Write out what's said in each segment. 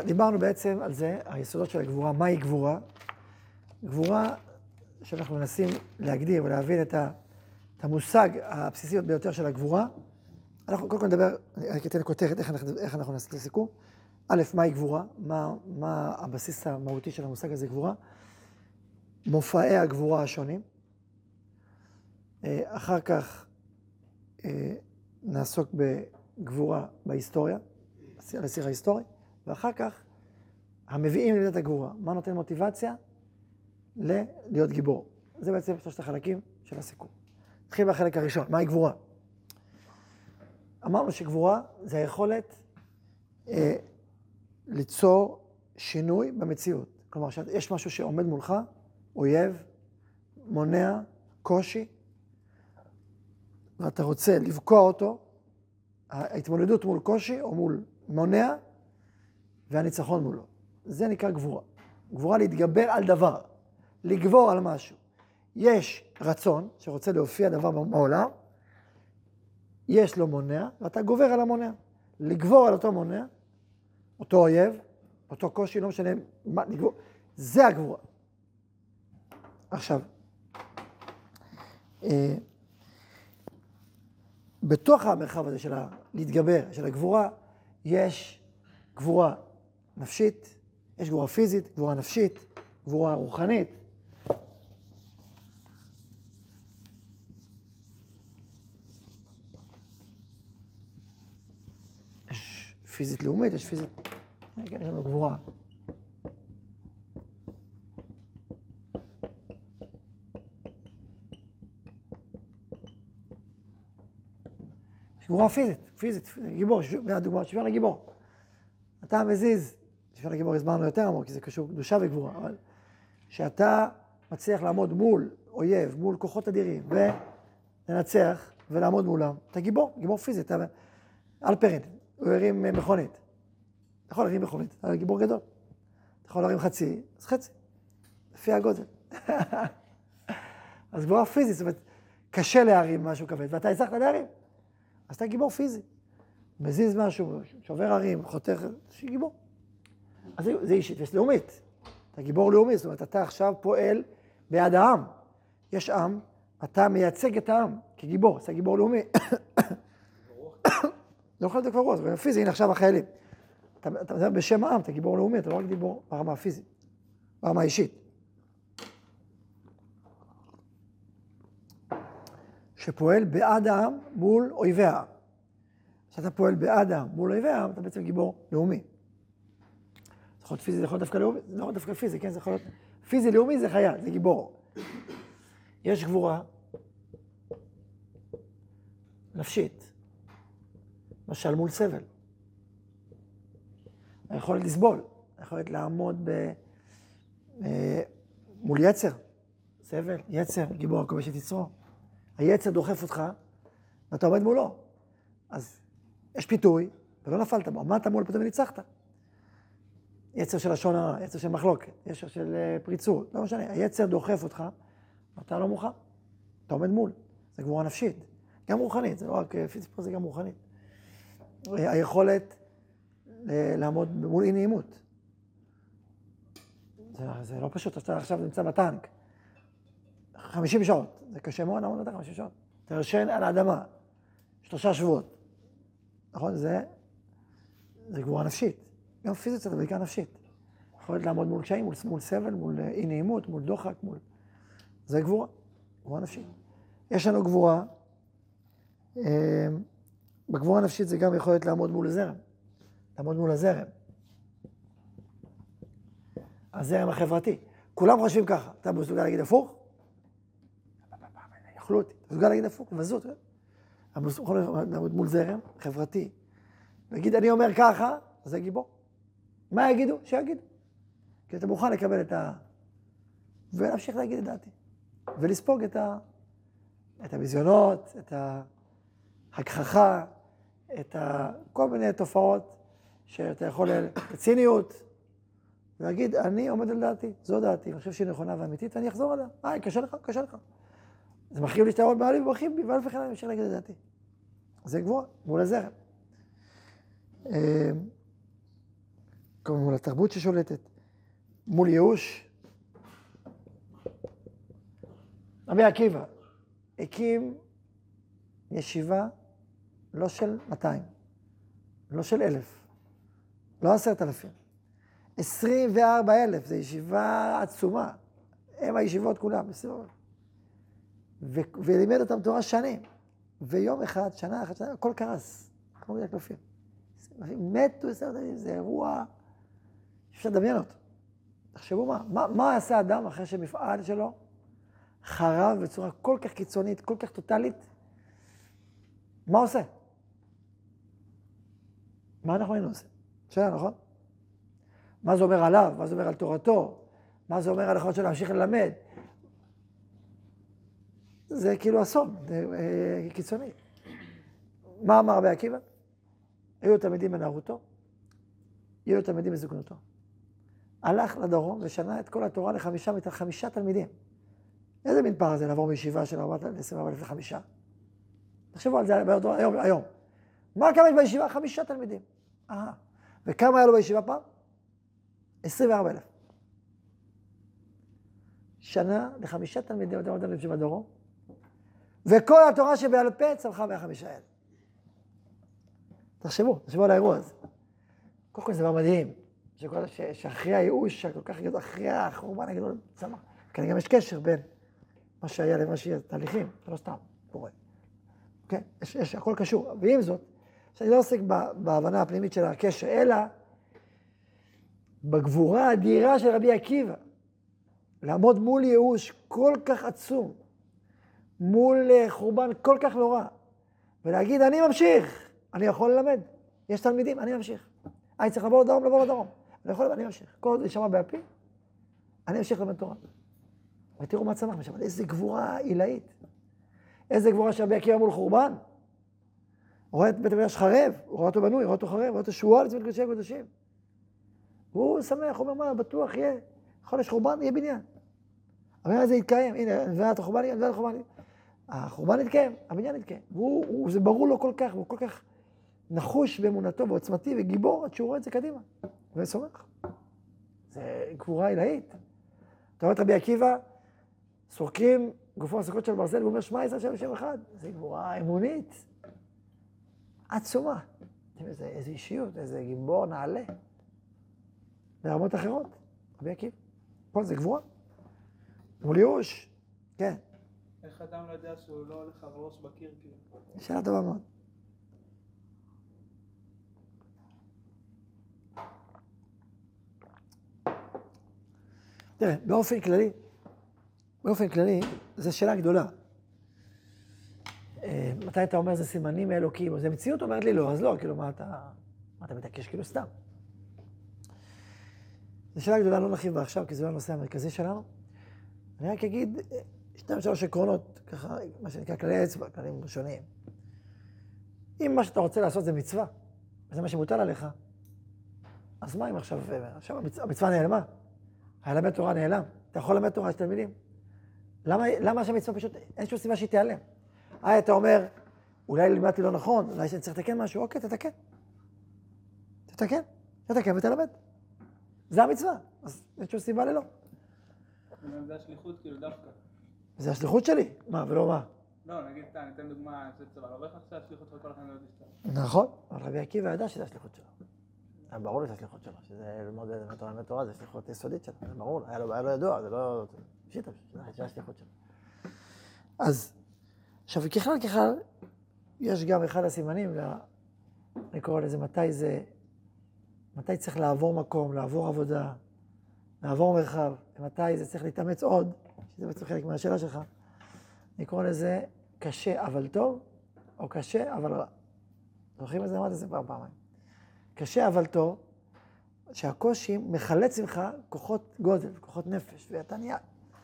דיברנו בעצם על זה, היסודות של הגבורה, מהי גבורה. גבורה שאנחנו מנסים להגדיר ולהבין את המושג הבסיסי ביותר של הגבורה. אנחנו קודם כל נדבר, אני אתן כותרת איך אנחנו נעשה את הסיכום. א', מהי גבורה? מה הבסיס המהותי של המושג הזה גבורה? מופעי הגבורה השונים. אחר כך נעסוק בגבורה בהיסטוריה, על הסיר ההיסטורי, ואחר כך המביאים למידת הגבורה. מה נותן מוטיבציה? להיות גיבור. זה בעצם שלושת החלקים של הסיכום. נתחיל בחלק הראשון, מהי גבורה? אמרנו שגבורה זה היכולת ליצור שינוי במציאות. כלומר, יש משהו שעומד מולך, אויב, מונע, קושי, ואתה רוצה לבקוע אותו, ההתמודדות מול קושי או מול מונע, והניצחון מולו. זה נקרא גבורה. גבורה להתגבר על דבר, לגבור על משהו. יש רצון שרוצה להופיע דבר בעולם, יש לו מונע, ואתה גובר על המונע. לגבור על אותו מונע, אותו אויב, אותו קושי, לא משנה מה, לגבור. זה הגבורה. עכשיו, בתוך המרחב הזה של להתגבר, של הגבורה, יש גבורה נפשית, יש גבורה פיזית, גבורה נפשית, גבורה רוחנית. יש פיזית לאומית, יש פיזית... יש לנו גבורה. גבורה פיזית, גיבור, מהדוגמה, שוויון לגיבור. אתה מזיז, שוויון לגיבור הסברנו יותר עמוק, כי זה קשור קדושה וגבורה, אבל שאתה מצליח לעמוד מול אויב, מול כוחות אדירים, ולנצח ולעמוד מולם, אתה גיבור פיזי, אתה אלפרין, הוא הרים מכונית. אתה יכול להרים מכונית, אתה גיבור גדול. אתה יכול להרים חצי, אז חצי, לפי הגודל. אז גבורה פיזית, זאת אומרת, קשה להרים משהו כבד, ואתה הצלחת להרים. אז אתה גיבור פיזי, מזיז משהו, שובר הרים, חותך, גיבור. אז זה אישית, ויש לאומית. אתה גיבור לאומי, זאת אומרת, אתה עכשיו פועל ביד העם. יש עם, אתה מייצג את העם כגיבור, אתה גיבור לאומי. לא יכול להיות כבר רוח, זה פיזי, הנה עכשיו החיילים. אתה מדבר בשם העם, אתה גיבור לאומי, אתה לא רק גיבור ברמה הפיזית, ברמה האישית. שפועל בעד העם מול אויבי העם. כשאתה פועל בעד העם מול אויבי העם, אתה בעצם גיבור לאומי. זה יכול להיות פיזי, זה יכול להיות דווקא לאומי, זה לא דווקא פיזי, כן? זה יכול להיות... פיזי לאומי זה חייל, זה גיבור. יש גבורה נפשית, למשל מול סבל. היכולת לסבול, היכולת לעמוד מול יצר. סבל, יצר, גיבור, הכובש את יצרו. היצר דוחף אותך, ואתה עומד מולו. אז יש פיתוי, ולא נפלת בו, עמדת מול פתאום וניצחת. יצר של לשון הרע, יצר של מחלוקת, יצר של פריצות, לא משנה. היצר דוחף אותך, ואתה לא מוכן. אתה עומד מול. זה גבורה נפשית. גם רוחנית, זה לא רק פיזית פה, זה גם רוחנית. היכולת לעמוד מול אי נעימות. זה לא פשוט, אתה עכשיו נמצא בטנק. 50 שעות, זה קשה מאוד לעמוד בטנק 50 שעות. אתה ישן על האדמה, 3 שבועות. נכון? זה גבורה נפשית. גם פיזית זה בעיקר נפשית. יכולת לעמוד מול קשיים, מול סבל, מול אי נעימות, מול דוחק, זה גבורה נפשית. יש לנו גבורה, בגבורה נפשית זה גם יכולת לעמוד מול הזרם. לעמוד מול הזרם. הזרם החברתי. כולם חושבים ככה. אתה מסוגל להגיד הפוך? יאכלו אותי. אתה מסוגל להגיד הפוך? מבזות. אבל יכול לעמוד מול זרם חברתי. להגיד, אני אומר ככה, אז זה גיבור. מה יגידו? שיגידו. כי אתה מוכן לקבל ולהמשיך להגיד את דעתי. ולספוג את הביזיונות, את ההגחכה, את כל מיני תופעות שאתה יכול, את הציניות, ולהגיד, אני עומד על דעתי, זו דעתי, אני חושב שהיא נכונה ואמיתית, ואני אחזור עליה. קשה לך, קשה לך. זה מכאיב לי שאתה עוד בעלי וברכיב בי, ואלף וכן אני ממשיך להגיד את דעתי. זה גבוה, מול הזרם. כלומר מול התרבות ששולטת, מול ייאוש. רבי עקיבא הקים ישיבה לא של 200, לא של 1,000, לא 10,000, 24,000, זו ישיבה עצומה, הם הישיבות כולם, ולימד אותם תורה שנים, ויום אחד, שנה אחת, הכל קרס, כמו מידי הקלפים. מתו 10,000, זה אירוע, אפשר לדמיין אותו. תחשבו מה יעשה אדם אחרי שמפעל שלו חרב בצורה כל כך קיצונית, כל כך טוטלית? מה עושה? מה אנחנו היינו עושים? שאלה, נכון? מה זה אומר עליו? מה זה אומר על תורתו? מה זה אומר על היכולת שלו להמשיך ללמד? זה כאילו אסון, זה קיצוני. מה אמר רבי עקיבא? היו תלמידים בנערותו, היו תלמידים בזקנותו. הלך לדרום ושנה את כל התורה לחמישה תלמידים. איזה מין פער זה לעבור מישיבה של 24,000 ל5? תחשבו על זה היום. מה כמה יש בישיבה? 5 תלמידים. וכמה היה לו בישיבה פעם? 24,000. שנה ל5 תלמידים, אתם יודעים שבדרום, וכל התורה שבעל פה צמחה 105,000. תחשבו על האירוע הזה. קודם כל זה דבר מדהים, שאחרי הייאוש, כל כך גדול, אחרי החורבן הגדול, צמח. כי גם יש קשר בין מה שהיה למה שיהיה תהליכים, זה לא סתם קורה. אוקיי? יש הכל קשור. ועם זאת, שאני לא עוסק בהבנה הפנימית של הקשר, אלא בגבורה האדירה של רבי עקיבא, לעמוד מול ייאוש כל כך עצום, מול חורבן כל כך נורא, ולהגיד, אני ממשיך, אני יכול ללמד, יש תלמידים, אני ממשיך. אני צריך לעבור לדרום, אני ממשיך. כל עוד ישמע באפי, אני ממשיך ללמד תורה. ותראו מה צמח משם, איזה גבורה עילאית, איזה גבורה שרבי עקיבא מול חורבן. הוא רואה את בית המקדש חרב, הוא רואה אותו בנוי, הוא רואה אותו חרב, הוא רואה אותו שועל לצאת קודשי הקודשים. והוא שמח, הוא אומר, מה, בטוח יהיה, חודש חורבן, יהיה בניין. הבניין הזה יתקיים, הנה, נבואת החורבן, החורבן יתקיים, הבניין יתקיים. זה ברור לו כל כך, הוא כל כך נחוש באמונתו ועוצמתי וגיבור, עד שהוא רואה את זה קדימה. ושמח. זה גבורה עילאית. אתה רואה את רבי עקיבא, סורקים גופו הסוכות של ברזל, והוא אומר, שמע ישראל שם אחד. זה גבורה אמונית. עצומה. איזה אישיות, איזה גיבור נעלה. ברמות אחרות, רבי עקיבא. פה זה גבורה. מול ייאוש. כן. איך אדם לא יודע שהוא לא הולך הראש בקיר כאילו? שאלה טובה מאוד. תראה, באופן כללי, זו שאלה גדולה. מתי אתה אומר, זה סימנים מאלוקים, או זה מציאות אומרת לי לא, אז לא, כאילו, מה אתה מתעקש, כאילו, סתם. זו שאלה גדולה, לא נרחיב בה עכשיו, כי זה לא הנושא המרכזי שלנו. אני רק אגיד, 2-3 עקרונות, ככה, מה שנקרא כללי אצבע, כללים ראשוניים. אם מה שאתה רוצה לעשות זה מצווה, וזה מה שמוטל עליך, אז מה אם עכשיו המצווה נעלמה? הלמד תורה נעלם. אתה יכול ללמד תורה שתלמידים. למה שהמצווה פשוט, אין שום סיבה שהיא תיעלם. אתה אומר, אולי לימדתי לא נכון, אולי שאני צריך לתקן משהו, אוקיי, תתקן. תתקן ותלמד. זה המצווה, אז אין שום סיבה ללא. זה השליחות כאילו דווקא. זה השליחות שלי, מה ולא מה? לא, נגיד, ניתן דוגמה, זה צבא, לא בהכרח שהשליחות של כל אחד לא תשתנה. נכון, אבל רבי עקיבא ידע שזה השליחות שלו. היה ברור לי את השליחות שלו, שזה ללמוד ללמד תורה, זה שליחות יסודית שלו, זה ברור, היה לו ידוע, זה לא שיטה, זה השליחות שלו. אז, עכשיו, ככלל, יש גם אחד הסימנים, אני קורא לזה מתי צריך לעבור מקום, לעבור עבודה, לעבור מרחב, ומתי זה צריך להתאמץ עוד, שזה בעצם חלק מהשאלה שלך. אני קורא לזה קשה אבל טוב, או קשה אבל רע. זוכרים את זה? אמרתי את זה פעמיים. קשה אבל טוב, שהקושי מחלץ ממך כוחות גודל, כוחות נפש, ואתה נהיה...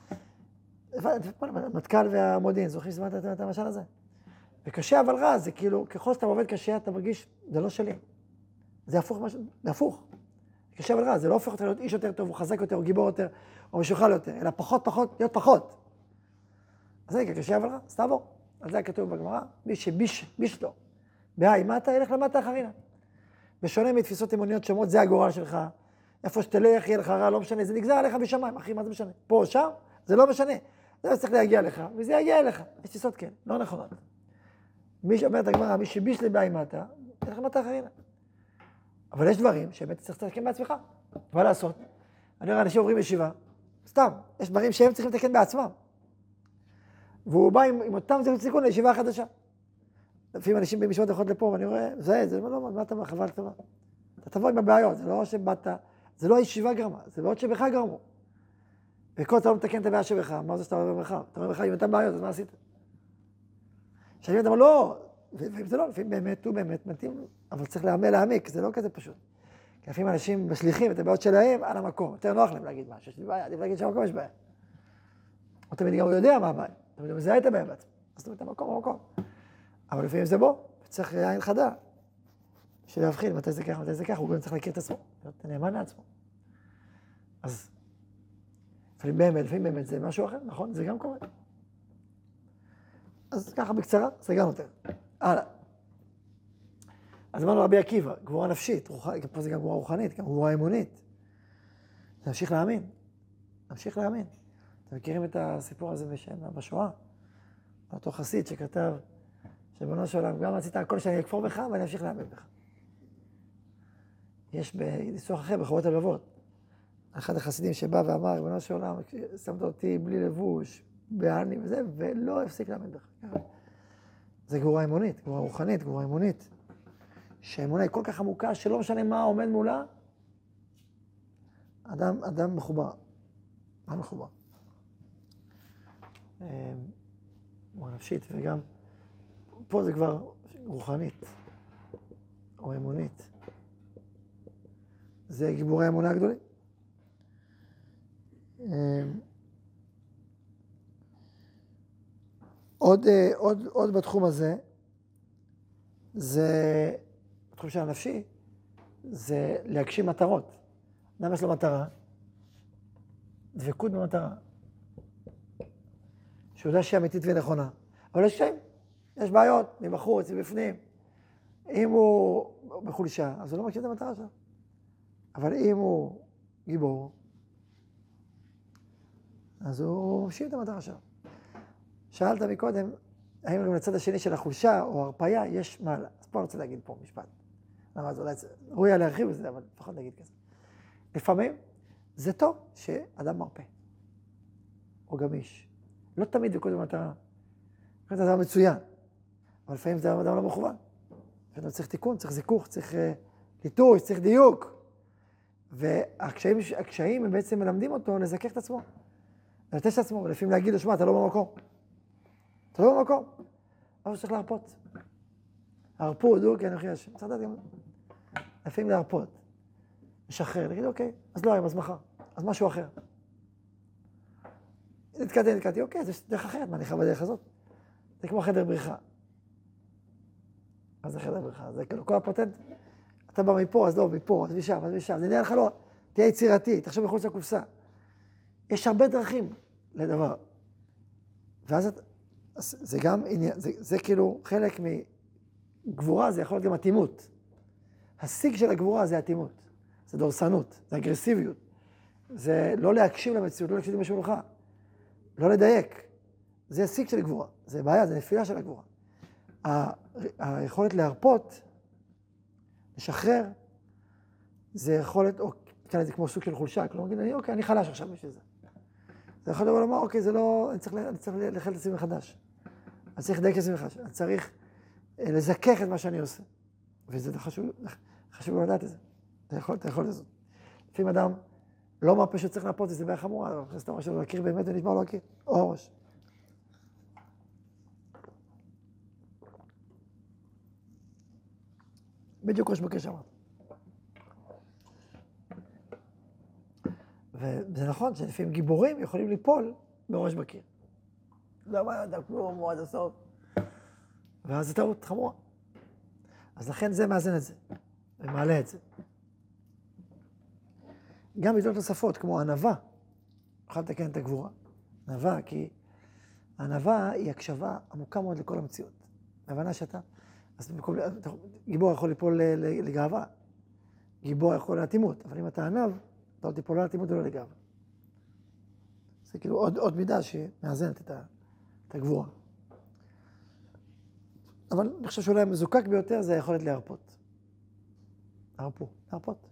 מטכ"ל והמודיעין, זוכרים שזמנת את המשל הזה? וקשה אבל רע, זה כאילו, ככל שאתה עובד קשה, אתה מרגיש, זה לא שלי. זה הפוך. קשה אבל רע, זה לא הופך אותך להיות איש יותר טוב, או חזק יותר, או גיבור יותר, או משוחל יותר, אלא פחות, להיות פחות. אז זה קשה אבל רע, אז תעבור. על זה כתוב בגמרא, מי שביש לו. מטה, ילך למטה אחרינה. בשונה מתפיסות אמוניות שאומרות, זה הגורל שלך, איפה שתלך, יהיה לך רע, לא משנה, זה נגזר עליך בשמיים, אחי, מה זה משנה? פה או שם, זה לא משנה. זה לא צריך להגיע לך, וזה יגיע אליך. יש טיסות כן, לא נכונות. מי שאומרת הגמרא, מי שביש לבעי מטה, אין לך מטה אחרינה. אבל יש דברים שבאמת צריך לתקן בעצמך. מה לעשות? אני רואה אנשים עוברים ישיבה, סתם, יש דברים שהם צריכים לתקן בעצמם. והוא בא עם אותם סיכון לישיבה החדשה. לפעמים אנשים במשמעות יכולות לפה, ואני רואה, זה לא, מה אתה בא, חבל אתה בא. אתה תבוא עם הבעיות, זה לא שבאת, זה לא הישיבה גרמה, זה בעיות שבך גרמו. וכל אתה לא מתקן את הבעיה שבך, מה זה שאתה אומר בך? אתה אומר בך, אם אתה בעיות, אז מה עשית? שאני אומר, לא, ואם זה לא, לפעמים באמת, הוא באמת מתאים, אבל צריך להעמיק, זה לא כזה פשוט. כי לפעמים אנשים משליכים את הבעיות שלהם על המקום, יותר נוח להם להגיד משהו, יש לי בעיה, עדיף להגיד שהמקום יש בעיה. או תמיד גם הוא יודע מה הבעיה, תמיד הוא מזהה את הבעיה בעצמו, אז תמיד את המקום. אבל לפעמים זה בו, וצריך עין חדה, של להבחין מתי זה ככה, מתי זה ככה, הוא גם צריך להכיר את עצמו, להיות נאמן לעצמו. אז לפעמים באמת זה משהו אחר, נכון? זה גם קורה. אז ככה בקצרה, זה גם יותר. הלאה. אז אמרנו רבי עקיבא, גבורה נפשית, פה זה גם גבורה רוחנית, גם גבורה אמונית. להמשיך להאמין. אתם מכירים את הסיפור הזה בשואה? אותו חסיד שכתב, שבנו של עולם, גם עשית הכל שאני אכפור בך ואני אמשיך להאמין בך. יש בניסוח אחר, בחובות הלבבות. אחד החסידים שבא ואמר, בנו של עולם, שמת אותי בלי לבוש, בעני וזה, ולא הפסיק להאמין בך. זה גבורה אמונית, גבורה רוחנית, גבורה אמונית. שהאמונה היא כל כך עמוקה, שלא משנה מה עומד מולה, אדם מחובר. מה מחובר? גבורה נפשית, וגם פה זה כבר רוחנית, או אמונית. זה גיבורי האמונה הגדולים. עוד בתחום הזה, זה, בתחום של הנפשי, זה להגשים מטרות. אדם יש לו מטרה, דבקות במטרה, שהוא יודע שהיא אמיתית ונכונה. אבל יש קשיים, יש בעיות, מבחוץ, מבפנים. אם הוא בחולשה, אז הוא לא מגשים את המטרה שלו. אבל אם הוא גיבור, אז הוא מגשים את המטרה שלו. שאלת מקודם, האם גם לצד השני של החולשה או הרפאיה יש מעלה. אז פה אני רוצה להגיד פה משפט. למה זה אולי ראוי להרחיב את זה, אבל לפחות נגיד כזה. לפעמים זה טוב שאדם מרפא, או גמיש. לא תמיד דבקות במטרה. זה דבר מצוין, אבל לפעמים זה אדם לא מכוון. לפעמים צריך תיקון, צריך זיכוך, צריך ליטוש, צריך דיוק. והקשיים הם בעצם מלמדים אותו לזכך את עצמו. ללטש את עצמו, ולפעמים להגיד לו, שמע, אתה לא במקום. אתה לא במקום. אבל צריך להרפות. הרפות, כי אני חייש. צריך לדעת גם. לפעמים להרפות. לשחרר, להגיד, אוקיי, אז לא היום, אז מחר. אז משהו אחר. נתקעתי, אוקיי, זה דרך אחרת, מה אני חייב בדרך הזאת? זה כמו חדר בריחה. אז זה חדר בריחה, זה כאילו כל הפוטנט. אתה בא מפה, אז לא, מפה, אז משם, אז משם. זה נראה לך לא, תהיה יצירתי, תחשוב מחוץ לקופסה. יש הרבה דרכים לדבר. ואז זה גם עניין, זה כאילו חלק מגבורה, זה יכול להיות גם אטימות. השיג של הגבורה זה אטימות, זה דורסנות, זה אגרסיביות. זה לא להקשיב למציאות, לא להקשיב למשהו לך. לא לדייק. זה השיג של הגבורה, זה בעיה, זה נפילה של הגבורה. היכולת להרפות, לשחרר, זה יכולת, או כאן זה כמו סוג של חולשה, כלומר, אוקיי, אני חלש עכשיו בשביל זה. זה יכול להיות לומר, אוקיי, זה לא, אני צריך לחל את עצמי מחדש. אני צריך לדייק את עצמי מחדש. אני צריך לזכך את מה שאני עושה. וזה חשוב לדעת את זה. אתה יכול לזאת. לפעמים אדם לא מרפא שצריך להרפות, זה בעיה חמורה, אבל סתם משהו להכיר באמת ונשמע לא להכיר. או הראש. בדיוק ראש בקש אמרת. וזה נכון שלפעמים גיבורים יכולים ליפול בראש בקיר. לא מה יודע כלום, הוא עד הסוף. ואז זה טעות חמורה. אז לכן זה מאזן את זה, ומעלה את זה. גם מידות נוספות, כמו ענווה, יכול לתקן את הגבורה. ענווה, כי הענווה היא הקשבה עמוקה מאוד לכל המציאות. ההבנה שאתה, אז גיבור יכול ליפול לגאווה, גיבור יכול לאטימות, אבל אם אתה ענב, אתה לא תיפול, לא תימות ולא לגמרי. זה כאילו עוד מידה שמאזנת את הגבורה. אבל אני חושב שאולי המזוקק ביותר זה היכולת להרפות. להרפות.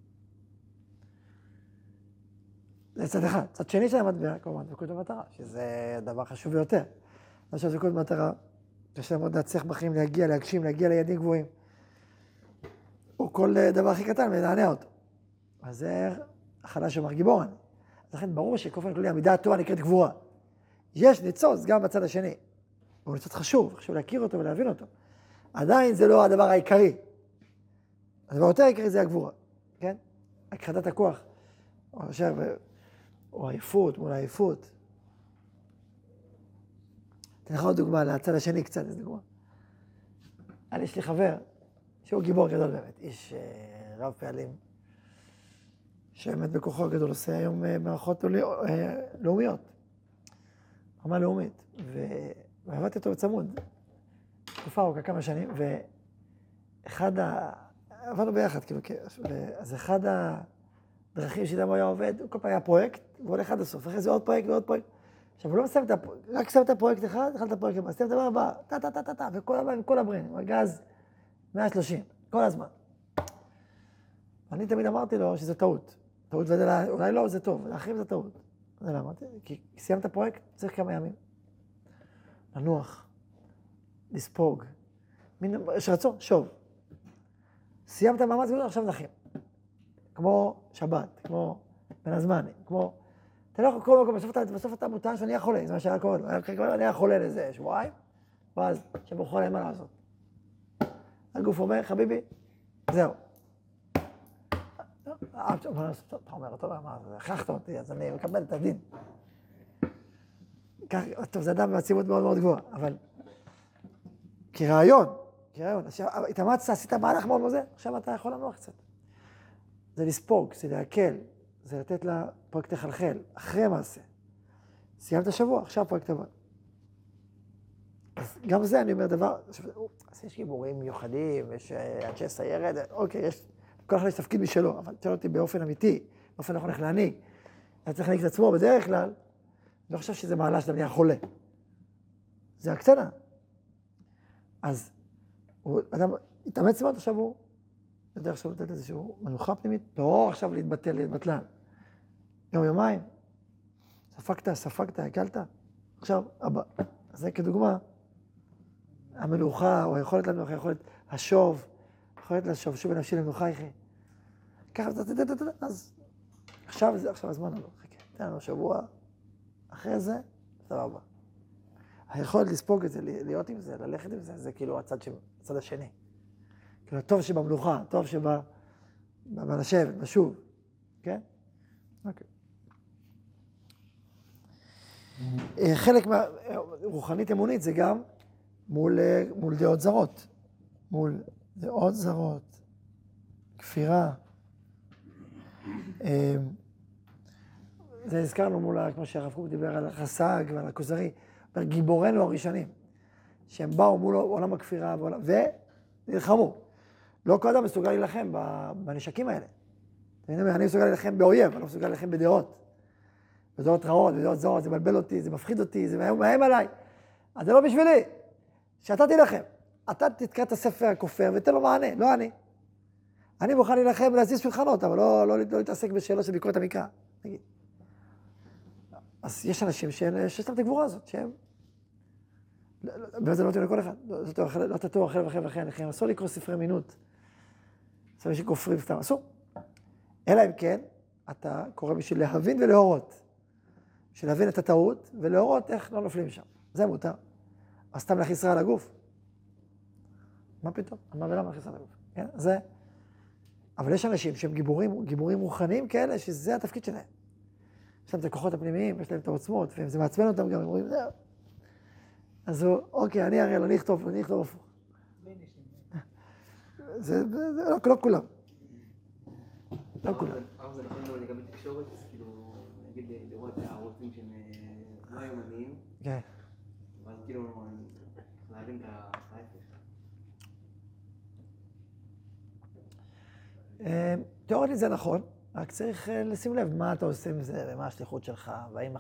זה צד אחד. צד שני של המטבע, כמובן, דבקות במטרה, שזה דבר חשוב ביותר. אני חושב דבקות במטרה, יש להם עוד להצליח בחיים להגיע, להגשים, להגיע ליעדים גבוהים. או כל דבר הכי קטן ולענע אותו. אז זה הכנה שמר גיבור אני. אז לכן ברור שכופן כללי המידה הטובה נקראת גבורה. יש ניצוץ גם בצד השני. הוא ניצוץ חשוב להכיר אותו ולהבין אותו. עדיין זה לא הדבר העיקרי. הדבר יותר העיקרי זה הגבורה, כן? הכחדת הכוח, או עייפות מול העייפות. אתן לך עוד דוגמה לצד השני קצת, איזו דוגמה. יש לי חבר, שהוא גיבור גדול באמת, איש רב פעלים, שבאמת בכוחו הגדול עושה היום מערכות לאומיות, רמה לאומית, ועבדתי אותו בצמוד, תקופה ארוכה כמה שנים, עבדנו ביחד, כאילו, אז אחד הדרכים שאיתם הוא היה עובד, הוא כל פעם היה פרויקט, והוא הולך עד הסוף, אחרי זה עוד פרויקט ועוד פרויקט. עכשיו, הוא לא מסיים רק מסיים את הפרויקט אחד, התחל את הפרויקט הבא, מסיים את הדבר הבא, וכל הבא עם כל הברין, הוא הגז 130, כל הזמן. אני תמיד אמרתי לו שזה טעות. טעות אולי לא, זה טוב, לאחרים זה טעות. זה למה? כי סיימת הפרויקט, צריך כמה ימים. לנוח, לספוג. יש רצון, שוב. סיימת מאמץ גדול, עכשיו נחים. כמו שבת, כמו בין הזמנים, כמו... אתה לא יכול כל מקום, בסוף אתה מוטען שאני אהיה חולה, זה מה שהיה קורה לו. אני אהיה חולה לזה שבועיים, ואז שבוחר להם מה לעשות. הגוף אומר, חביבי, זהו. אתה אומר, אתה אומר, מה, הכרחת אותי, אז אני מקבל את הדין. טוב, זה אדם בעצימות מאוד מאוד גבוהה, אבל כרעיון, התאמצת, עשית מהלך מאוד מזה, עכשיו אתה יכול לנוח קצת. זה לספוג, זה להקל, זה לתת לפרויקט לחלחל, אחרי מעשה. סיימת השבוע, עכשיו פרויקט הבא. אז גם זה אני אומר דבר, אז יש גיבורים מיוחדים, יש אנשי סיירת, אוקיי, כל אחד יש תפקיד משלו, אבל תשאל אותי באופן אמיתי, באופן נכון איך להנהיג. אני צריך להנהיג את עצמו בדרך כלל, אני לא חושב שזה מעלה שאתה נהיה חולה. זה הקטנה. אז אדם התאמץ מאוד עכשיו הוא, יודע עכשיו לתת איזשהו מנוחה פנימית, לא עכשיו להתבטלן. יום, יומיים, ספגת, הקלת, עכשיו, הבא. אז זה כדוגמה, המנוחה, או היכולת למנוחה, היכולת השוב, יכולת לשוב, שוב ונפשי למנוחה, ככה, אז עכשיו הזמן לא, חכה, תן לנו שבוע, אחרי זה, דבר הבא. היכולת לספוג את זה, להיות עם זה, ללכת עם זה, זה כאילו הצד השני. כאילו, הטוב שבמנוחה, הטוב בלשבת, בשוב, כן? אוקיי. חלק מהרוחנית אמונית זה גם מול דעות זרות. מול דעות זרות, כפירה. זה הזכרנו מול, כמו שהרב קוק דיבר על החסג ועל הכוזרי, גיבורינו הראשונים, שהם באו מול עולם הכפירה ונלחמו. לא כל אדם מסוגל להילחם בנשקים האלה. אני מסוגל להילחם באויב, אני לא מסוגל להילחם בדעות. בדעות רעות, בדעות זרות, זה מבלבל אותי, זה מפחיד אותי, זה מאיים עליי. אז זה לא בשבילי. שאתה תילחם. אתה תתקרא את הספר הכופר ותן לו מענה, לא אני. אני מוכן להילחם ולהזיז שולחנות, אבל לא להתעסק בשאלות של ביקורת המקרא. נגיד. אז יש אנשים שיש להם את הגבורה הזאת, שהם... וזה לא תהיה לכל אחד. לא תתור אחרי וכן, אסור לקרוא ספרי מינות. אסור שכופרים סתם, אסור. אלא אם כן, אתה קורא בשביל להבין ולהורות. בשביל להבין את הטעות ולהורות איך לא נופלים שם. זה מותר. אז סתם להכניס רע לגוף. מה פתאום? מה ולמה להכניס רע לגוף? כן? זה... אבל יש אנשים שהם גיבורים רוחניים כאלה, שזה התפקיד שלהם. יש להם את הכוחות הפנימיים, יש להם את העוצמות, וזה מעצבן אותם גם, הם אומרים, זהו. אז הוא, אוקיי, אני אריאל, אני אכתוב הפוך. זה לא כולם. לא כולם. הרב זה נכון לגבי תקשורת, כאילו, נגיד לראות הערוצים שהם לא יומניים. כן. ואז כאילו, להבין את ההפך. תיאורטית זה נכון, רק צריך לשים לב מה אתה עושה עם זה, ומה השליחות שלך, והאם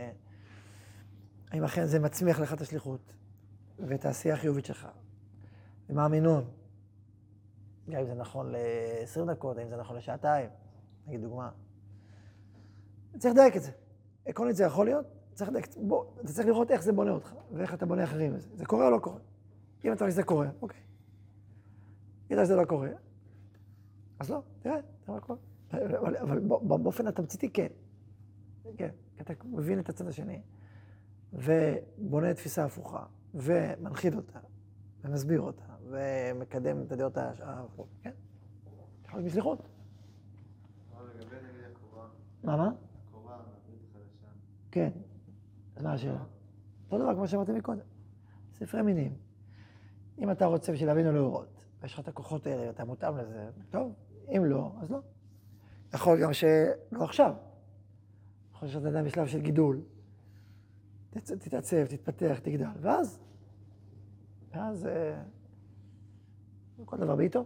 אכן זה מצמיח לך את השליחות, ואת העשייה החיובית שלך, ומה המינון. גם אם זה נכון ל-20 דקות, אם זה נכון לשעתיים, נגיד דוגמה. צריך לדייק את זה. עקרונית זה יכול להיות, צריך לדייק את זה. בוא, אתה צריך לראות איך זה בונה אותך, ואיך אתה בונה אחרים לזה. זה קורה או לא קורה? אם אתה רואה שזה קורה, אוקיי. אם אתה שזה לא קורה, אז לא, תראה מה קורה. אבל באופן התמציתי כן. כן, אתה מבין את הצד השני, ובונה תפיסה הפוכה, ומנחיד אותה, ומסביר אותה, ומקדם את הדעות ההפוכות, כן? יכול להיות בשליחות. אבל לגבי נגיד הקורה. מה? הקורה, מהברית החדשה. כן. אז מה השאלה? אותו דבר כמו שאמרתי מקודם. ספרי מינים. אם אתה רוצה בשביל להבין או להורות, ויש לך את הכוחות האלה, ואתה מותאם לזה, טוב. אם לא, אז לא. יכול גם שלא עכשיו. יכול שאתה אדם בשלב של גידול. תתעצב, תתפתח, תגדל, ואז כל דבר בעיתו.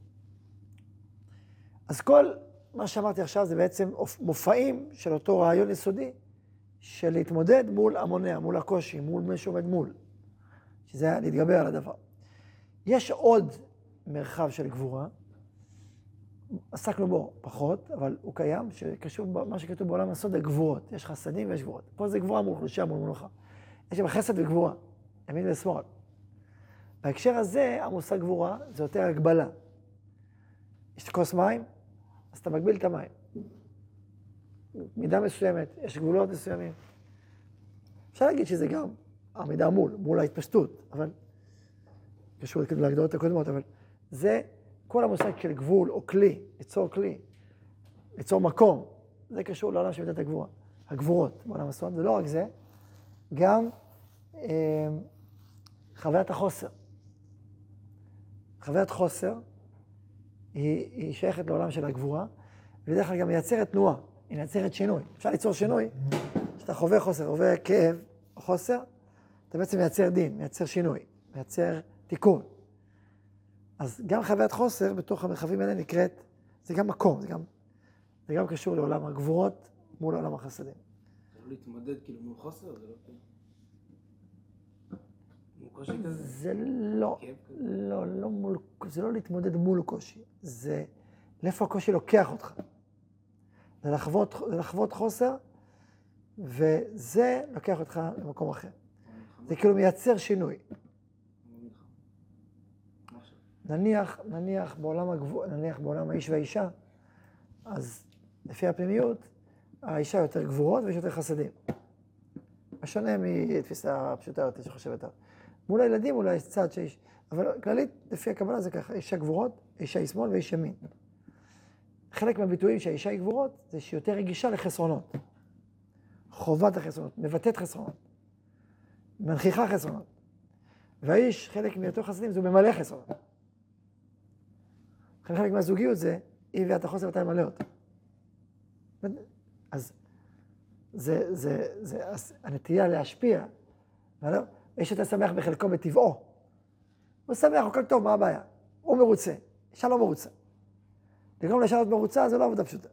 אז כל מה שאמרתי עכשיו זה בעצם מופעים של אותו רעיון יסודי של להתמודד מול המונע, מול הקושי, מול מי שעומד מול. שזה להתגבר על הדבר. יש עוד מרחב של גבורה, עסקנו בו פחות, אבל הוא קיים, שקשור במה שכתוב בעולם הסוד, הגבורות. יש חסדים ויש גבורות. פה זה גבורה מול חולשה, מול מנוחה. יש שם חסד וגבורה, ימין ושמאל. בהקשר הזה, המושג גבורה זה יותר הגבלה. יש כוס מים, אז אתה מגביל את המים. מידה מסוימת, יש גבולות מסוימים. אפשר להגיד שזה גם המידה מול ההתפשטות, אבל קשור להגדרות הקודמות, אבל זה כל המושג של גבול או כלי, ליצור מקום, זה קשור לעולם של מידת הגבורה. הגבורות בעולם הסוד, זה לא רק זה, גם חוויית החוסר. חוויית חוסר היא שייכת לעולם של הגבורה, ובדרך כלל גם מייצרת תנועה, היא מייצרת שינוי. אפשר ליצור שינוי, כשאתה חווה חוסר, חווה כאב או חוסר, אתה בעצם מייצר דין, מייצר שינוי, מייצר תיקון. אז גם חוויית חוסר בתוך המרחבים האלה נקראת, זה גם מקום, זה גם קשור לעולם הגבורות מול עולם החסדים. זה לא להתמודד כאילו מול חוסר, זה לא כאילו. מול קושי כזה? זה זה לא להתמודד מול קושי, זה לאיפה הקושי לוקח אותך. זה לחוות חוסר, וזה לוקח אותך למקום אחר. זה כאילו מייצר שינוי. נניח בעולם האיש והאישה, אז לפי הפנימיות, האישה יותר גבורות ויש יותר חסדים. השונה מתפיסה פשוטה יותר שחושבת. מול הילדים אולי יש צד שיש, אבל כללית, לפי הקבלה זה ככה, אישה גבורות, אישה היא שמאל ואיש ימין. חלק מהביטויים שהאישה היא גבורות, זה שהיא יותר רגישה לחסרונות. חובת החסרונות, מבטאת חסרונות, מנכיחה חסרונות. והאיש, חלק מאותו חסדים, זה ממלא חסרונות. חלק מהזוגיות זה, היא ואת החוסר ואתה ממלא אותה. אז זה הנטייה להשפיע. איש יותר שמח בחלקו בטבעו. הוא שמח, הוא כל טוב, מה הבעיה? הוא מרוצה, אישה לא מרוצה. לגרום לאישה להיות מרוצה, זה לא עבודה פשוטה.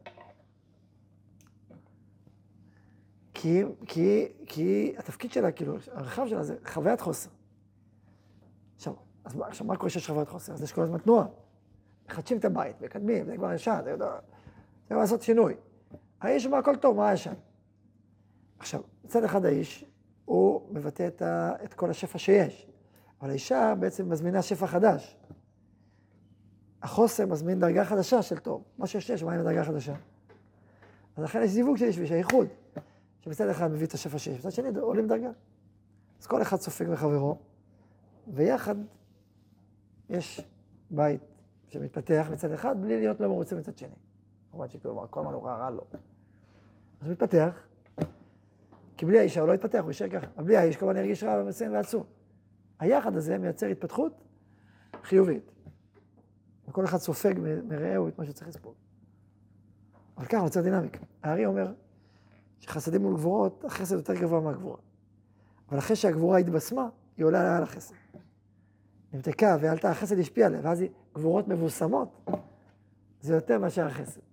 כי התפקיד שלה, כאילו, הרחב שלה זה חוויית חוסר. עכשיו, מה קורה שיש חוויית חוסר? אז יש כל הזמן תנועה. מחדשים את הבית, מקדמים, זה כבר ישן, זה כבר לעשות שינוי. האיש אומר, הכל טוב, מה ישן? עכשיו, מצד אחד האיש, הוא מבטא את כל השפע שיש. אבל האישה בעצם מזמינה שפע חדש. החוסר מזמין דרגה חדשה של טוב. מה שיש, מה עם הדרגה החדשה? אז לכן יש זיווג של איש ויש הייחוד. שמצד אחד מביא את השפע שיש, מצד שני עולים דרגה. אז כל אחד סופג מחברו, ויחד יש בית שמתפתח מצד אחד, בלי להיות לא מרוצה מצד שני. כמובן שכאילו, כל מה לא רע לו. אז הוא מתפתח, כי בלי האישה הוא לא יתפתח, הוא יישאר ככה. אבל בלי האיש כמובן ירגיש רע ומסיים ועצום. היחד הזה מייצר התפתחות חיובית. וכל אחד סופג מרעהו את מה שצריך לספוג. אבל ככה נוצר דינמיקה. הארי אומר שחסדים מול גבורות, החסד יותר גבוה מהגבורה. אבל אחרי שהגבורה התבשמה, היא עולה על החסד. נמתקה ועלתה, החסד השפיע עליה, ואז היא גבורות מבוסמות, זה יותר מאשר החסד.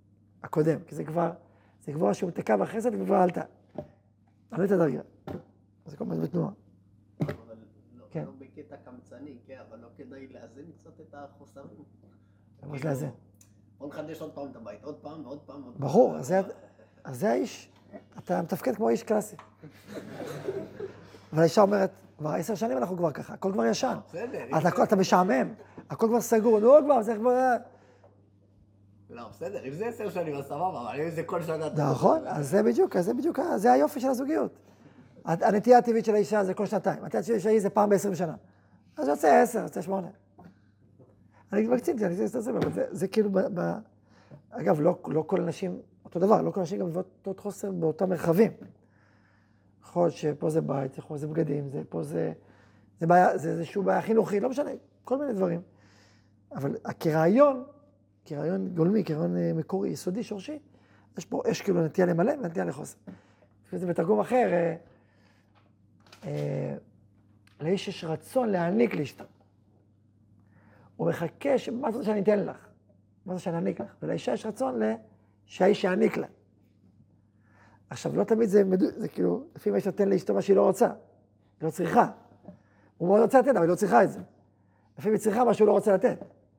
הקודם, כי זה גבוהה שהומתקה בחסד וכבר עלתה. עלית הדרגה. זה כל הזמן בתנועה. אבל כן. לא בקטע קמצני, כן, אבל לא כדאי לאזן קצת את החוסרים. ממש לאזן. בוא נחדש עוד פעם את הבית, עוד פעם ועוד פעם. ברור, אז זה האיש. אתה מתפקד כמו איש קלאסי. אבל האישה אומרת, כבר 10 שנים אנחנו כבר ככה, הכל כבר ישן. בסדר. אתה משעמם, הכל כבר סגור, נו כבר, זה כבר... לא, בסדר, אם זה 10 שנים, אז סבבה, אבל אם זה כל שנה... נכון, אז זה בדיוק, זה היופי של הזוגיות. הנטייה הטבעית של האישה זה כל שנתיים, הנטייה של האישה זה פעם ב-20 שנה. אז יוצא 10, יוצא 8. אני מקצינתי, אני רוצה לסיים, אבל זה כאילו, אגב, לא כל הנשים, אותו דבר, לא כל הנשים גם מבטאות חוסר באותם מרחבים. יכול להיות שפה זה בית, יכול להיות זה בגדים, פה זה איזשהו בעיה חינוכית, לא משנה, כל מיני דברים. אבל כרעיון גולמי, כרעיון מקורי, יסודי, שורשי, יש כאילו נטייה למלא ונטייה לחוסר. וזה בתרגום אחר, לאיש יש רצון להעניק לאשתו. הוא מחכה מה זה שאני אתן לך, מה זה שאני אעניק לך, ולאישה יש רצון שהאיש יעניק לה. עכשיו, לא תמיד זה כאילו, לפעמים האיש נותן לאשתו מה שהיא לא רוצה, היא לא צריכה. הוא מאוד רוצה לתת, אבל היא לא צריכה את זה. לפעמים היא צריכה מה שהוא לא רוצה לתת.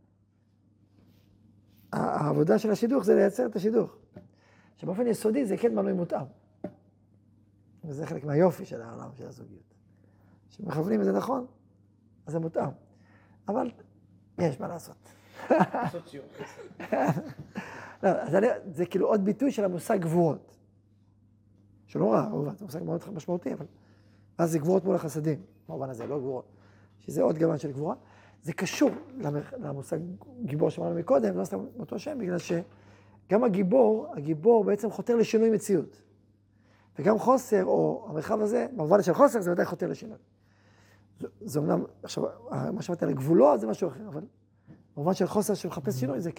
העבודה של השידוך זה לייצר את השידוך. שבאופן יסודי זה כן מנוי מותאם. וזה חלק מהיופי של העולם של הזוגיות. כשמכוונים את זה נכון, אז זה מותאם. אבל יש מה לעשות. לעשות שיעור חסר. לא, זה כאילו עוד ביטוי של המושג גבורות. שלא רע, זה מושג מאוד משמעותי, אבל אז זה גבורות מול החסדים. במובן הזה, לא גבורות. שזה עוד גוון של גבורה. זה קשור למושג גיבור שאמרנו מקודם, לא סתם אותו שם, בגלל שגם הגיבור בעצם חותר לשינוי מציאות. וגם חוסר, או המרחב הזה, במובן של חוסר, זה ודאי חותר לשינוי. זה אומנם, עכשיו, מה שאמרתי על הגבולות זה משהו אחר, אבל במובן של חוסר שמחפש שינוי זה כן.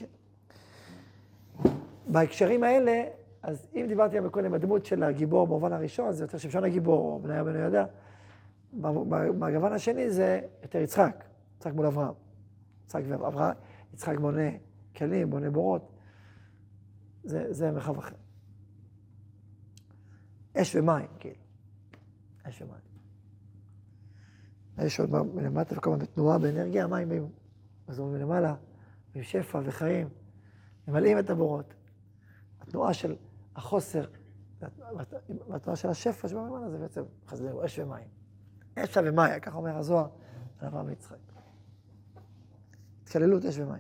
בהקשרים האלה, אז אם דיברתי מקודם בדמות של הגיבור במובן הראשון, זה יותר שמשון הגיבור, או בניה בנו ידע, בגוון השני זה יותר יצחק מול אברהם. יצחק בונה כלים, בונה בורות, זה מרחב אחר. אש ומים, כאילו. אש ומים. יש עוד מלמטה וכמה בתנועה, באנרגיה, המים באים. אז הוא מלמעלה, עם שפע וחיים, ממלאים את הבורות. התנועה של החוסר, והתנועה של השפע שבמלמעלה זה בעצם חסדנו, אש ומים. אש ומאיה, ככה אומר הזוהר, על אברהם ויצחק. התקללות אש ומים.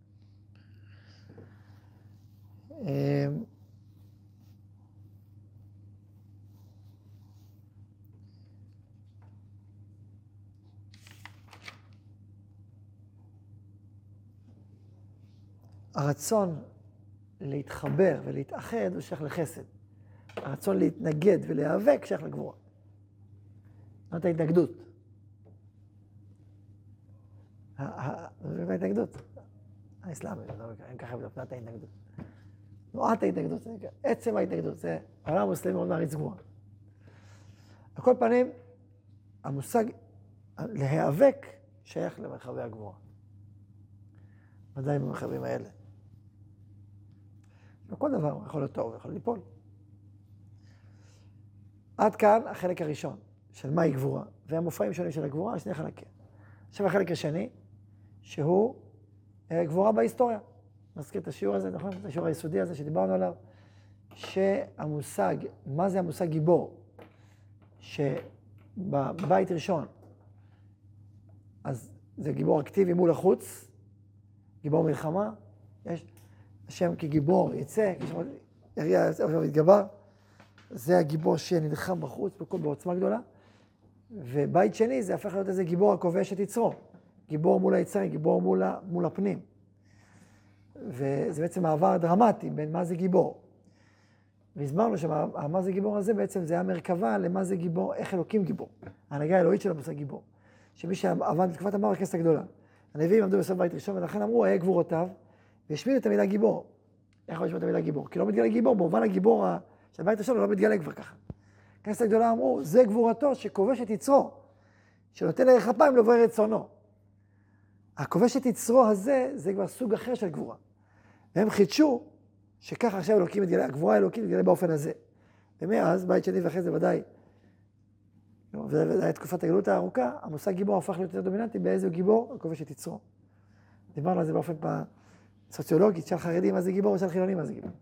הרצון להתחבר ולהתאחד הוא שייך לחסד. הרצון להתנגד ולהיאבק שייך לגבורה. זאת ההתנגדות. זאת ההתנגדות. האסלאמי, הם ככה תנועת ההתנגדות. תנועת ההתנגדות, עצם ההתנגדות, זה העולם המוסלמי מאוד מעריץ גבורה. על כל פנים, המושג להיאבק שייך למרחבי הגבורה. ודאי במרחבים האלה. בכל דבר הוא יכול להיות טוב, יכול ליפול. עד כאן החלק הראשון של מהי גבורה, והמופעים שונים של הגבורה, שני חלקים. עכשיו החלק השני, שהוא גבורה בהיסטוריה. נזכיר את השיעור הזה, נכון? את השיעור היסודי הזה שדיברנו עליו, שהמושג, מה זה המושג גיבור? שבבית ראשון, אז זה גיבור אקטיבי מול החוץ, גיבור מלחמה, יש השם כגיבור יצא, יריע ויתגבר, זה הגיבור שנלחם בחוץ, בעוצמה גדולה, ובית שני זה הפך להיות איזה גיבור הכובש את יצרו, גיבור מול היצרים, גיבור מול הפנים. וזה בעצם מעבר דרמטי בין מה זה גיבור. והסברנו שמה זה גיבור הזה בעצם זה היה מרכבה למה זה גיבור, איך אלוקים גיבור. ההנהגה האלוהית של המושג גיבור. שמי שעבד בתקופת המר הכסת הגדולה. הנביאים עמדו בסוף בית ראשון ולכן אמרו, היה גבורותיו, והשמידו את המילה גיבור. איך הוא השמיד את המילה גיבור? כי לא מתגלה גיבור, במובן הגיבור של בית ראשון הוא לא מתגלה כבר ככה. הכסת הגדולה אמרו, זה גבורתו שכובש את יצרו, שנותן לערך אפיים לעבור רצונו. הכובש את יצרו הזה, זה כבר סוג אחר של גבורה. והם חידשו שככה עכשיו אלוקים מתגלה, הגבורה האלוקית מתגלה באופן הזה. ומאז, בית שני ואחרי זה ודאי, והיה תקופת הגלות הארוכה, המושג גיבור הפך להיות יותר דומיננטי, באיזה גיבור? הכובש את יצרו. דיברנו על זה באופן סוציולוגי, של חרדים מה זה גיבור, ושל חילונים מה זה גיבור.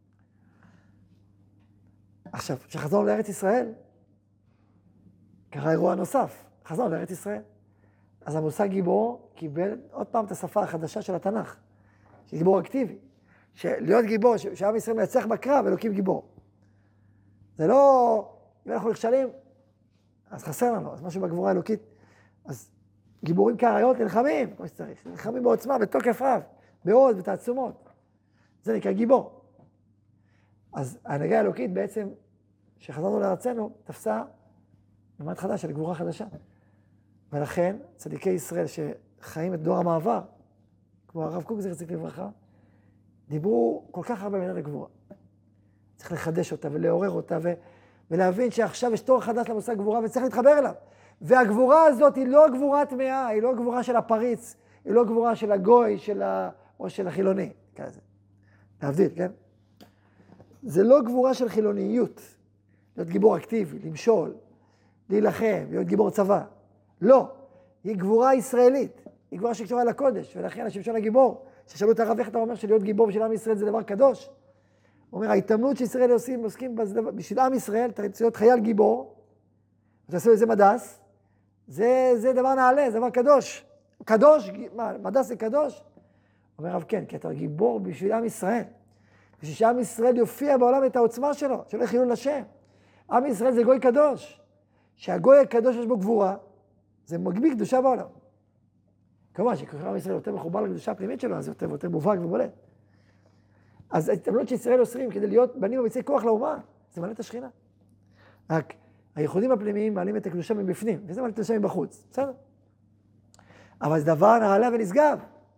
עכשיו, כשחזרנו לארץ ישראל, קרה אירוע נוסף, חזרנו לארץ ישראל. אז המושג גיבור קיבל עוד פעם את השפה החדשה של התנ"ך, של גיבור אקטיבי. להיות גיבור, שעם ישראל מנצח בקרב, אלוקים גיבור. זה לא, אם אנחנו נכשלים, אז חסר לנו, אז משהו בגבורה האלוקית. אז גיבורים כאריות נלחמים, כמו שצריך, נלחמים בעוצמה, בתוקף רב, בעוז ותעצומות. זה נקרא גיבור. אז ההנהגה האלוקית בעצם, שחזרנו לארצנו, תפסה ממד חדש של גבורה חדשה. ולכן, צדיקי ישראל שחיים את דור המעבר, כמו הרב קוק זכר צדיק לברכה, דיברו כל כך הרבה בעניין הגבורה. צריך לחדש אותה ולעורר אותה ולהבין שעכשיו יש תור חדש למושג גבורה וצריך להתחבר אליו. והגבורה הזאת היא לא גבורה טמאה, היא לא גבורה של הפריץ, היא לא גבורה של הגוי או של החילוני. כזה. להבדיל, כן? זה לא גבורה של חילוניות. להיות גיבור אקטיבי, למשול, להילחם, להיות גיבור צבא. לא. היא גבורה ישראלית. היא גבורה שקשורה לקודש. ולכן השמשון הגיבור, ששאלו את הרב איך אתה אומר שלהיות גיבור בשביל עם ישראל זה דבר קדוש. הוא אומר, ההתאמנות שישראל עוסקים בשביל עם ישראל, אתה רוצה להיות חייל גיבור, אתה עושה לזה מדס, זה דבר נעלה, זה דבר קדוש. קדוש, מה, מדס זה קדוש? אומר הרב כן, כי אתה גיבור בשביל עם ישראל. בשביל שעם ישראל יופיע בעולם את העוצמה שלו, שלא חילול לשם. עם ישראל זה גוי קדוש. שהגוי הקדוש יש בו גבורה, זה מגביר קדושה בעולם. כמובן שככל עם ישראל יותר מחובר לקדושה הפנימית שלו, אז יותר מובהק ובולט. אז ההתאמנות שישראל עושים כדי להיות בנים וביצי כוח לאומה, זה מעלה את השכינה. רק הייחודים הפנימיים מעלים את הקדושה מבפנים, וזה מעלה את הקדושה מבחוץ, בסדר? אבל זה דבר נעלה ונשגב.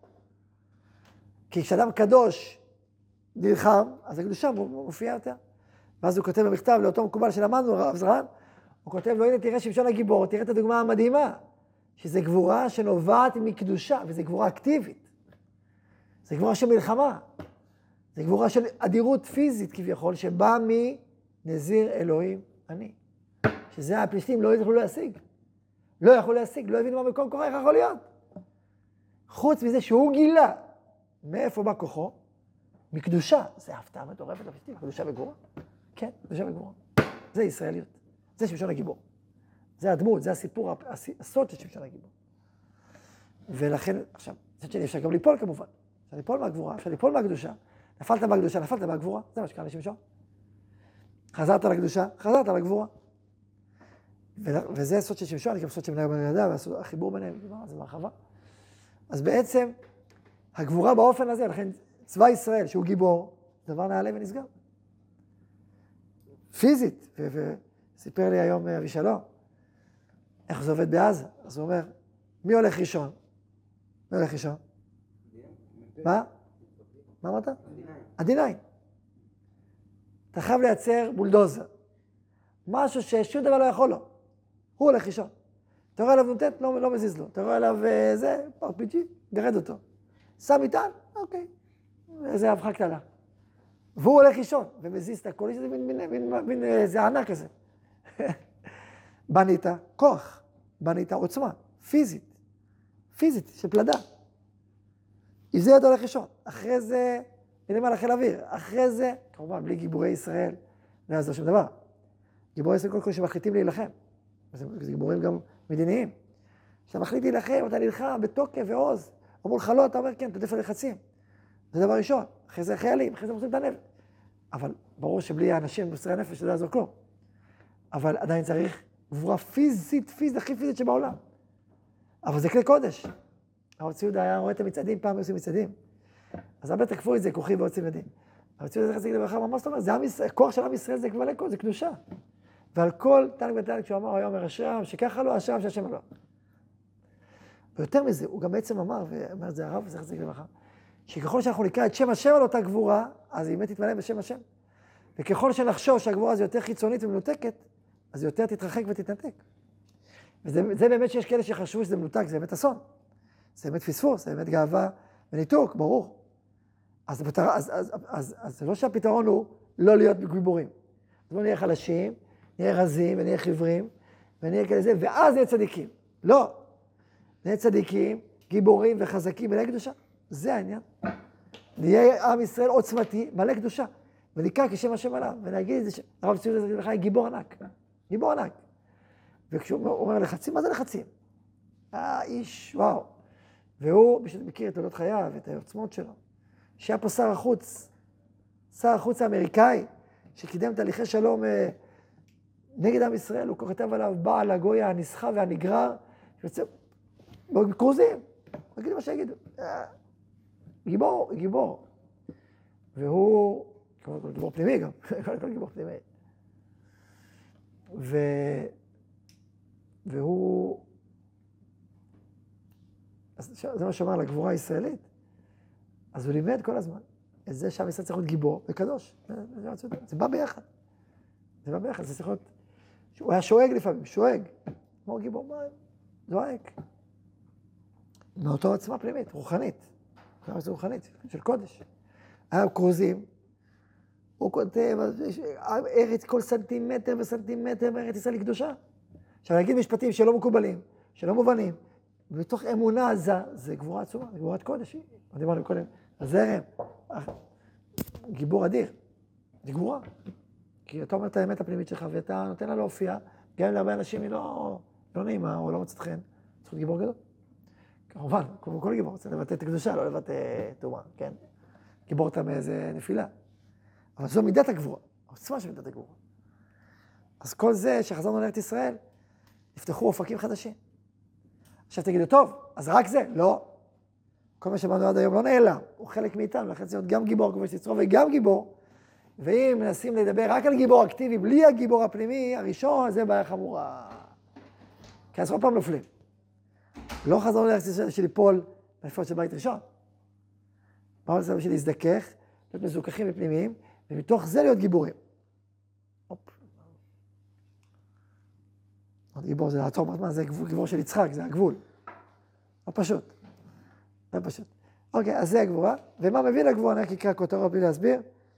כי כשאדם קדוש נלחם, אז הקדושה מופיעה יותר. ואז הוא כותב במכתב לאותו מקובל שלמדנו, הרב זרן, הוא כותב לו, הנה תראה שמשון הגיבור, תראה את הדוגמה המדהימה, שזה גבורה שנובעת מקדושה, וזה גבורה אקטיבית. זה גבורה של מלחמה. זה גבורה של אדירות פיזית כביכול, שבאה מנזיר אלוהים אני. שזה הפלישתים לא יכולו להשיג. לא יכולו להשיג, לא הבינו מה מקום כוחו, איך יכול להיות. חוץ מזה שהוא גילה, מאיפה בא כוחו? מקדושה. זה הפתעה מטורפת לפלישתים, קדושה וגבורה. כן, קדושה וגבורה. זה ישראליות. זה שמשון הגיבור. זה הדמות, זה הסיפור, הסוד של שמשון הגיבור. ולכן, עכשיו, זאת שני, אפשר גם ליפול כמובן. אפשר ליפול מהגבורה, אפשר ליפול מהקדושה. נפלת מהקדושה, נפלת מהגבורה, זה מה שקרה לשמשון. חזרת לקדושה, חזרת לגבורה. וזה סוד של שמשון, גם סוד שמנהל בנדע, והחיבור ביניהם, זה מרחבה. אז בעצם, הגבורה באופן הזה, לכן צבא ישראל, שהוא גיבור, זה דבר נעלה ונסגר. פיזית, וסיפר לי היום אבישלום, איך זה עובד בעזה. אז הוא אומר, מי הולך ראשון? מי הולך ראשון? מה? מה אמרת? הדיניים. אתה חייב לייצר בולדוזר. משהו ששום דבר לא יכול לו. הוא הולך ראשון. אתה רואה עליו נותנת, לא מזיז לו. אתה רואה עליו זה, פרפיג'י, גרד אותו. שם איתן, אוקיי. איזה אבחה קטנה. והוא הולך ראשון, ומזיז את הכל, יש איזה מין איזה ענק כזה. בנית כוח, בנית עוצמה, פיזית, של פלדה. עם זה אתה הולך ראשון. אחרי זה, נראה לחיל אוויר. אחרי זה, כמובן, בלי גיבורי ישראל, לא יעזור שום דבר. גיבורי ישראל כל שמחליטים להילחם. זה גיבורים גם מדיניים. כשאתה מחליט להילחם, אתה נלחם בתוקף ועוז. אמרו לך לא, אתה אומר כן, אתה עודף הלחצים. זה דבר ראשון. אחרי זה חיילים, אחרי זה מוסרים את הנפש. אבל ברור שבלי האנשים מוסרי הנפש, זה לא יעזור כלום. אבל עדיין צריך גבורה פיזית, הכי פיזית שבעולם. אבל זה כלי קודש. הרב ציודה היה רואה את המצעדים, פעם עושים מצעדים. אז הרבה תקפו את זה, כוחי ועוצים ידים. הרב ציודה זכר צדיק לברכה, מה זאת אומרת? הכוח של עם ישראל זה כבלי קודש, זה קדושה. ועל כל תנ"ך ותנ"ך כשהוא אמר, היום אומר אשרם, שככה לא, אשרם שהשם לא. ויותר מזה, הוא גם בעצם אמר, ואומר את זה הרב זכר צדיק לברכה, שככל שאנחנו נקרא את שם השם על אותה גבורה, אז היא באמת תתמלא בשם השם. וככל שנחשוב שהגבורה הזו יותר חיצונית ומנותקת, אז היא יותר תתרחק ותתנתק. וזה באמת שיש כאלה שחשבו שזה מנותק, זה באמת אסון. זה באמת פספוס, זה באמת גאווה וניתוק, ברור. אז זה לא שהפתרון הוא לא להיות גיבורים. אז בואו נהיה חלשים, נהיה רזים ונהיה חיוורים, ונהיה כאלה זה, ואז נהיה צדיקים. לא. נהיה צדיקים, גיבורים וחזקים מלא קדושה. זה העניין. נהיה עם ישראל עוצמתי, מלא קדושה. ונקרא כשם השם עליו, ונגיד את זה, הרב ציון זכי לחיים, גיבור ענק. גיבור ענק. וכשהוא אומר לחצים, מה זה לחצים? איש, וואו. והוא, בשביל מכיר את תולדות חייו ואת העוצמות שלו, שהיה פה שר החוץ האמריקאי, שקידם תהליכי שלום נגד עם ישראל, הוא כותב עליו בעל הגוי הנסחף והנגרר, שיוצא, קרוזים, תגידו מה שיגידו. גיבור. והוא, גיבור פנימי גם, גיבור פנימי. והוא, זה מה שאומר על הגבורה הישראלית, אז הוא לימד כל הזמן. את זה שעם ישראל צריך להיות גיבור וקדוש. זה בא ביחד. זה צריך להיות... הוא היה שואג לפעמים, כמו גיבור מים, זועק. מאותו עצמה פנימית, רוחנית. רוחנית, של קודש. היה קרוזים, הוא כותב, ארץ כל סנטימטר וסנטימטר מארץ ישראל היא קדושה. עכשיו, להגיד משפטים שלא מקובלים, שלא מובנים, ומתוך אמונה עזה, זה גבורה עצומה, זה גבורת קודש. דיברנו קודם, הזרם, גיבור אדיר, זה גבורה. כי אתה אומר את האמת הפנימית שלך, ואתה נותן לה להופיע, גם אם להרבה אנשים היא לא נעימה, או לא מוצאת חן, צריך גיבור גדול. כמובן, כל גיבור רוצה לבטא את הקדושה, לא לבטא תאומה, כן? גיבור אותה מאיזה נפילה. אבל זו מידת הגבורה, העוצמה של מידת הגבורה. אז כל זה שחזרנו לארץ ישראל, נפתחו אופקים חדשים. עכשיו תגידו, טוב, אז רק זה? לא. כל מה שבאנו עד היום לא נעלם, הוא חלק מאיתנו, לכן צריך להיות גם גיבור כבש יצרו וגם גיבור. ואם מנסים לדבר רק על גיבור אקטיבי, בלי הגיבור הפנימי, הראשון, זה בעיה חמורה. כי אז כל פעם נופלים. לא חזרנו לארץ ישראל של ליפול בנפילות של בית ראשון. באו לזה בשביל להזדכך, להיות מזוכחים ופנימיים, ומתוך זה להיות גיבורים. גיבור זה לעצור, מה זה גיבור של יצחק, זה הגבול. לא פשוט. אוקיי, אז זה הגבורה. ומה מביא לגבורה? אני רק אקרא כותרות בלי להסביר.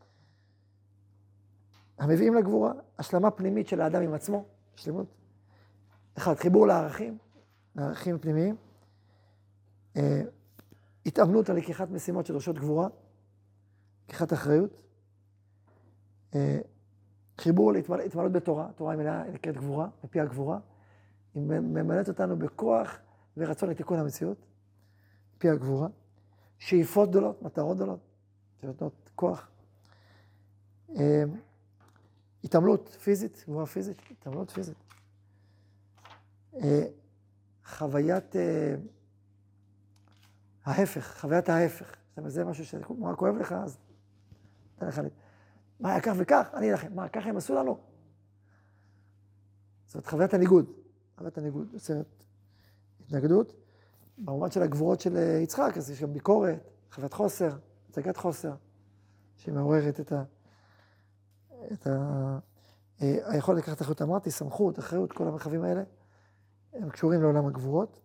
המביאים לגבורה, השלמה פנימית של האדם עם עצמו, שלמות. אחד, חיבור לערכים פנימיים. התאמנות על לקיחת משימות שדורשות גבורה. לקיחת אחריות. חיבור להתמלאות בתורה, תורה היא מלאה, נקראת גבורה, מפי הגבורה. היא ממלאת אותנו בכוח ורצון לתיקון המציאות, מפי הגבורה. שאיפות גדולות, מטרות גדולות, שנותנות כוח. התעמלות פיזית, גבורה פיזית, התעמלות פיזית. חוויית ההפך, חוויית ההפך. זאת אומרת, זה משהו שמורה כואב לך, אז תן לך מה היה כך וכך? אני אלכם. מה, ככה הם עשו לנו? זאת אומרת, חוויית הניגוד. יוצרת התנגדות. במובן של הגבורות של יצחק, אז יש גם ביקורת, חוויית חוסר, הצגת חוסר, שמעוררת את היכולת לקחת אחריות, אמרתי, סמכות, אחריות, כל המרחבים האלה, הם קשורים לעולם הגבורות.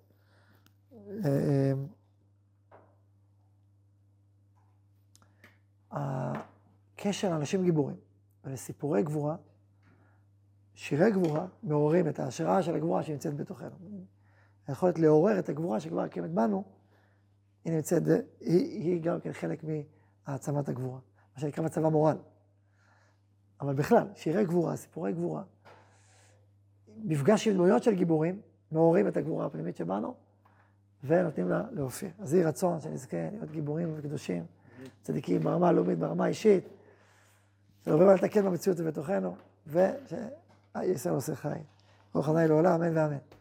הקשר לאנשים גיבורים ולסיפורי גבורה, שירי גבורה, מעוררים את ההשראה של הגבורה שנמצאת בתוכנו. היכולת לעורר את הגבורה שכבר קיימת בנו, היא נמצאת, היא גם כן חלק מהעצמת הגבורה, מה שנקרא מצבה מורל. אבל בכלל, שירי גבורה, סיפורי גבורה, מפגש עם דמויות של גיבורים, מעוררים את הגבורה הפנימית שבנו, ונותנים לה להופיע. אז יהי רצון שנזכה להיות גיבורים וקדושים, צדיקים ברמה הלאומית, ברמה האישית, שלא לתקן במציאות ובתוכנו, ושישראל עושה חיים. ברוך ה' לעולם, אמן ואמן.